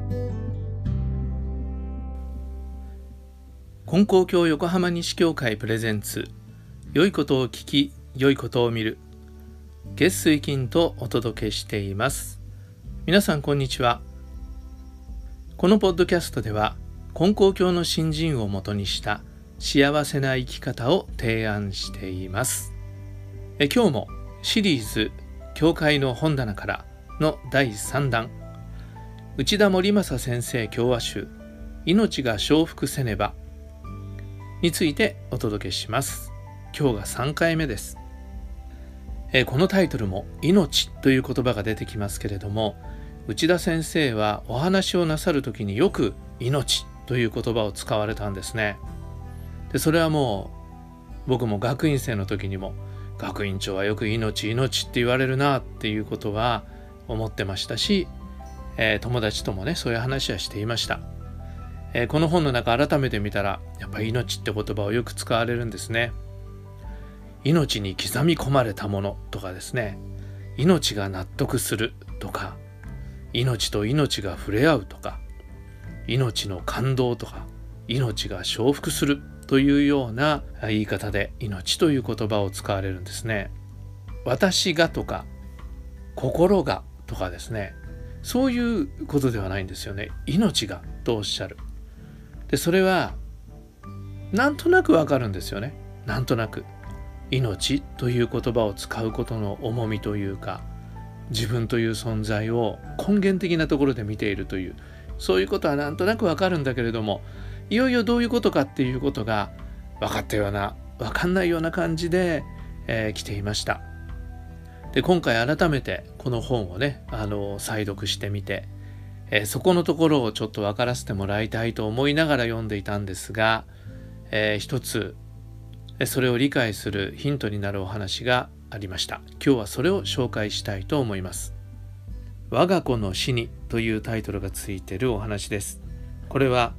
金光教横浜西教会プレゼンツ、良いことを聞き良いことを見る、月水金とお届けしています。皆さんこんにちは。このポッドキャストでは金光教の信心をもとにした幸せな生き方を提案しています。今日もシリーズ教会の本棚からの第3弾、内田森正先生教話集、命が承服せねばについてお届けします。今日が3回目です。このタイトルも命という言葉が出てきますけれども、内田先生はお話をなさるときによく命という言葉を使われたんですね。でそれはもう僕も学院生の時にも学院長はよく命って言われるなっていうことは思ってましたし、友達ともねそういう話はしていました。この本の中改めて見たらやっぱり命って言葉をよく使われるんですね。命に刻み込まれたものとかですね、命が納得するとか、命と命が触れ合うとか、命の感動とか、命が承服するというような言い方で命という言葉を使われるんですね。私がとか心がとかですね、そういうことではないんですよね。命がとおっしゃる。でそれはなんとなくわかるんですよね。なんとなく命という言葉を使うことの重みというか、自分という存在を根源的なところで見ているという、そういうことはなんとなくわかるんだけれども、いよいよどういうことかっていうことが分かったような分かんないような感じで、来ていました。で今回改めてこの本をね再読してみて、そこのところをちょっと分からせてもらいたいと思いながら読んでいたんですが、一つそれを理解するヒントになるお話がありました。今日はそれを紹介したいと思います。我が子の死にというタイトルがついているお話です。これは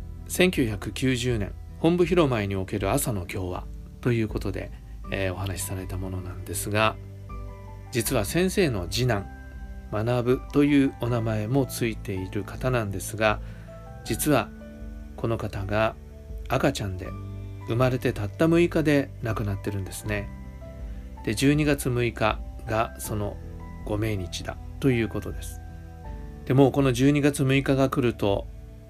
1990年本部広前における朝の教話ということで、お話しされたものなんですが、実は先生の次男学というお名前もついている方なんですが、実はこの方が赤ちゃんで生まれてたった6日で亡くなってるんですね。で12月6日がそのご命日だということです。でもうこの12月6日が来ると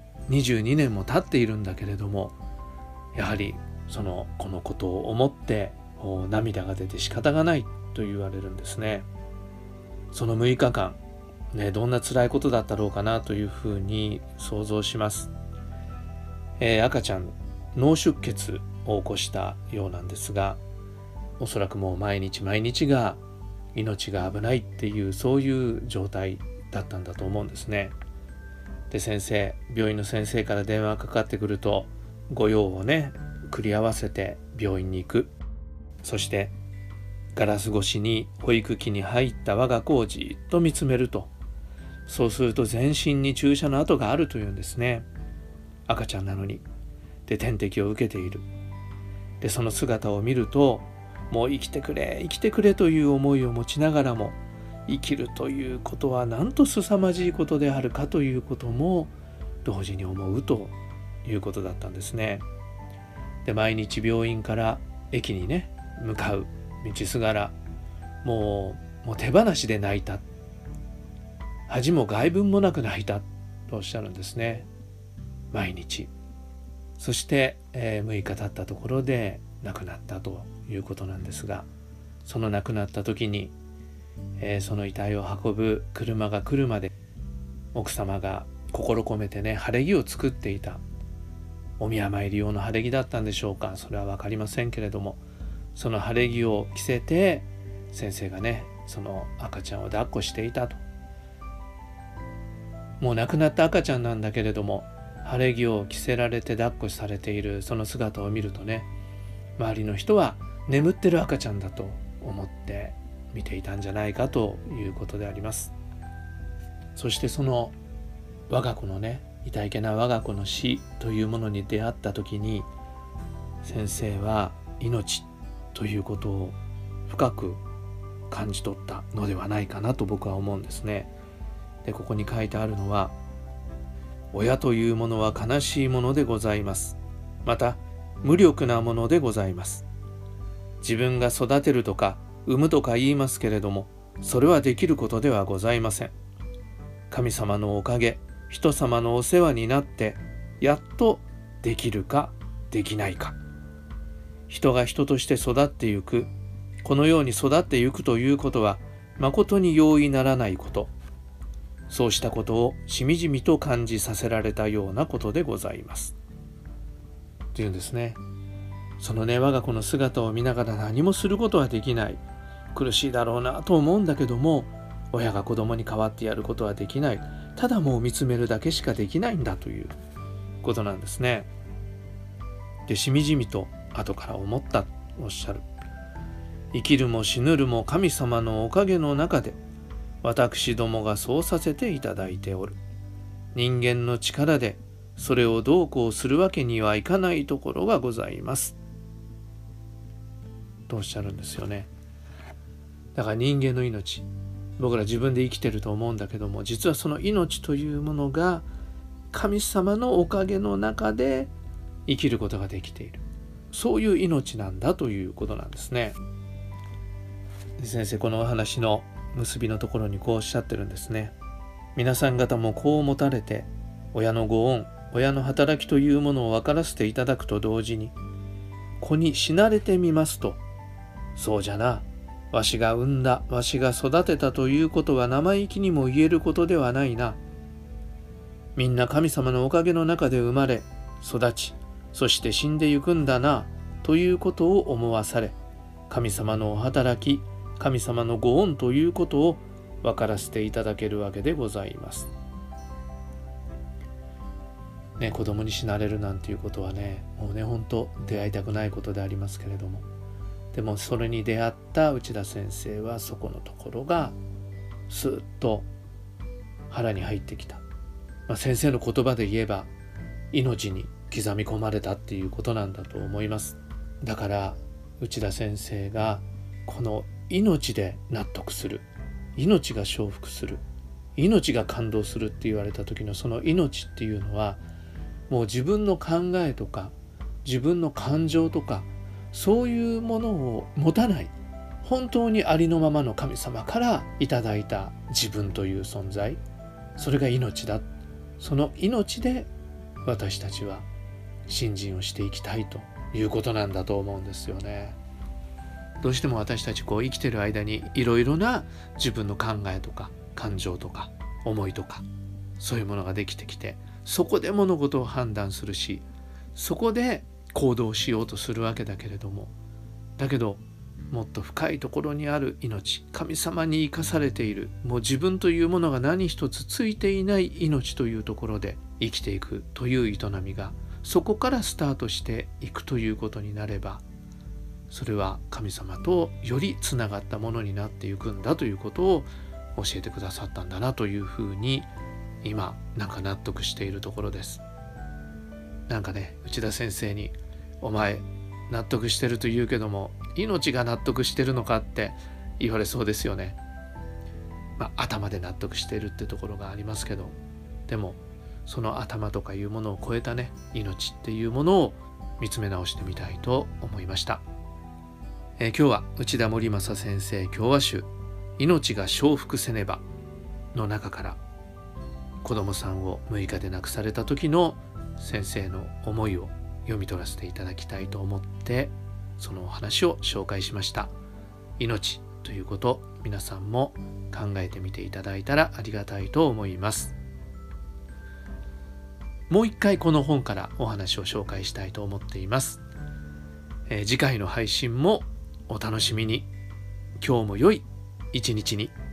22年も経っているんだけれども、やはりこのことを思って涙が出て仕方がないと言われるんですね。その6日間、どんな辛いことだったろうかなというふうに想像します。赤ちゃん脳出血を起こしたようなんですが、おそらくもう毎日が命が危ないっていうそういう状態だったんだと思うんですね。で病院の先生から電話がかかってくると、御用をね繰り合わせて病院に行く。そしてガラス越しに保育器に入った我が子をじっと見つめると、そうすると全身に注射の跡があるというんですね。赤ちゃんなのに。で点滴を受けている。でその姿を見ると、もう生きてくれという思いを持ちながらも、生きるということはなんと凄まじいことであるかということも同時に思うということだったんですね。で毎日病院から駅にね向かう道すがら、もう手放しで泣いた。恥も外聞もなく泣いたとおっしゃるんですね。毎日。そして、6日経ったところで亡くなったということなんですが、その亡くなった時に、その遺体を運ぶ車が来るまで奥様が心込めてね晴れ着を作っていた。お宮参り用の晴れ着だったんでしょうか、それは分かりませんけれども、その晴れ着を着せて先生がねその赤ちゃんを抱っこしていたと。もう亡くなった赤ちゃんなんだけれども、晴れ着を着せられて抱っこされているその姿を見るとね、周りの人は眠ってる赤ちゃんだと思って見ていたんじゃないかということであります。そしてその我が子のね痛いけな我が子の死というものに出会った時に、先生は命ということを深く感じ取ったのではないかなと僕は思うんですね。でここに書いてあるのは、 親というものは悲しいものでございます。また無力なものでございます。自分が育てるとか産むとか言いますけれども、それはできることではございません。神様のおかげ、人様のお世話になってやっとできるかできないか。人が人として育ってゆく、このように育ってゆくということは誠に容易ならないこと、そうしたことをしみじみと感じさせられたようなことでございますというんですね。そのね、我が子の姿を見ながら何もすることはできない、苦しいだろうなと思うんだけども、親が子供に代わってやることはできない、ただもう見つめるだけしかできないんだということなんですね。で、しみじみと後から思ったとおっしゃる。生きるも死ぬるも神様のおかげの中で私どもがそうさせていただいておる。人間の力でそれをどうこうするわけにはいかないところがございますとおっしゃるんですよね。だから人間の命、僕ら自分で生きてると思うんだけども、実はその命というものが神様のおかげの中で生きることができている、そういう命なんだということなんですね。で、先生このお話の結びのところにこうおっしゃってるんですね。皆さん方もこう持たれて、親のご恩、親の働きというものを分からせていただくと同時に、子に死なれてみますと、そうじゃな、わしが産んだ、わしが育てたということは生意気にも言えることではないな。みんな神様のおかげの中で生まれ、育ち、そして死んでゆくんだな、ということを思わされ、神様のお働き、神様のご恩ということを分からせていただけるわけでございます。ね、子供に死なれるなんていうことはね、もうね、本当出会いたくないことでありますけれども、でもそれに出会った内田先生はそこのところがスーッと腹に入ってきた。先生の言葉で言えば命に刻み込まれたっていうことなんだと思います。だから内田先生がこの命で納得する、命が承服する、命が感動するって言われた時のその命っていうのは、もう自分の考えとか自分の感情とかそういうものを持たない、本当にありのままの神様からいただいた自分という存在、それが命だ。その命で私たちは信心をしていきたいということなんだと思うんですよね。どうしても私たち生きてる間にいろいろな自分の考えとか感情とか思いとかそういうものができてきて、そこで物事を判断するし、そこで行動しようとするわけだけれども、だけどもっと深いところにある命、神様に生かされている、もう自分というものが何一つついていない命というところで生きていくという営みが、そこからスタートしていくということになれば、それは神様とよりつながったものになっていくんだということを教えてくださったんだなというふうに今納得しているところです。内田先生にお前納得してると言うけども命が納得してるのかって言われそうですよね。頭で納得してるってところがありますけど、でもその頭とかいうものを超えた命っていうものを見つめ直してみたいと思いました。今日は内田森正先生教話集命が承服せねばの中から子供さんを6日で亡くされた時の先生の思いを読み取らせていただきたいと思ってそのお話を紹介しました。命ということ、皆さんも考えてみていただいたらありがたいと思います。もう一回この本からお話を紹介したいと思っています。次回の配信もお楽しみに。今日も良い一日に。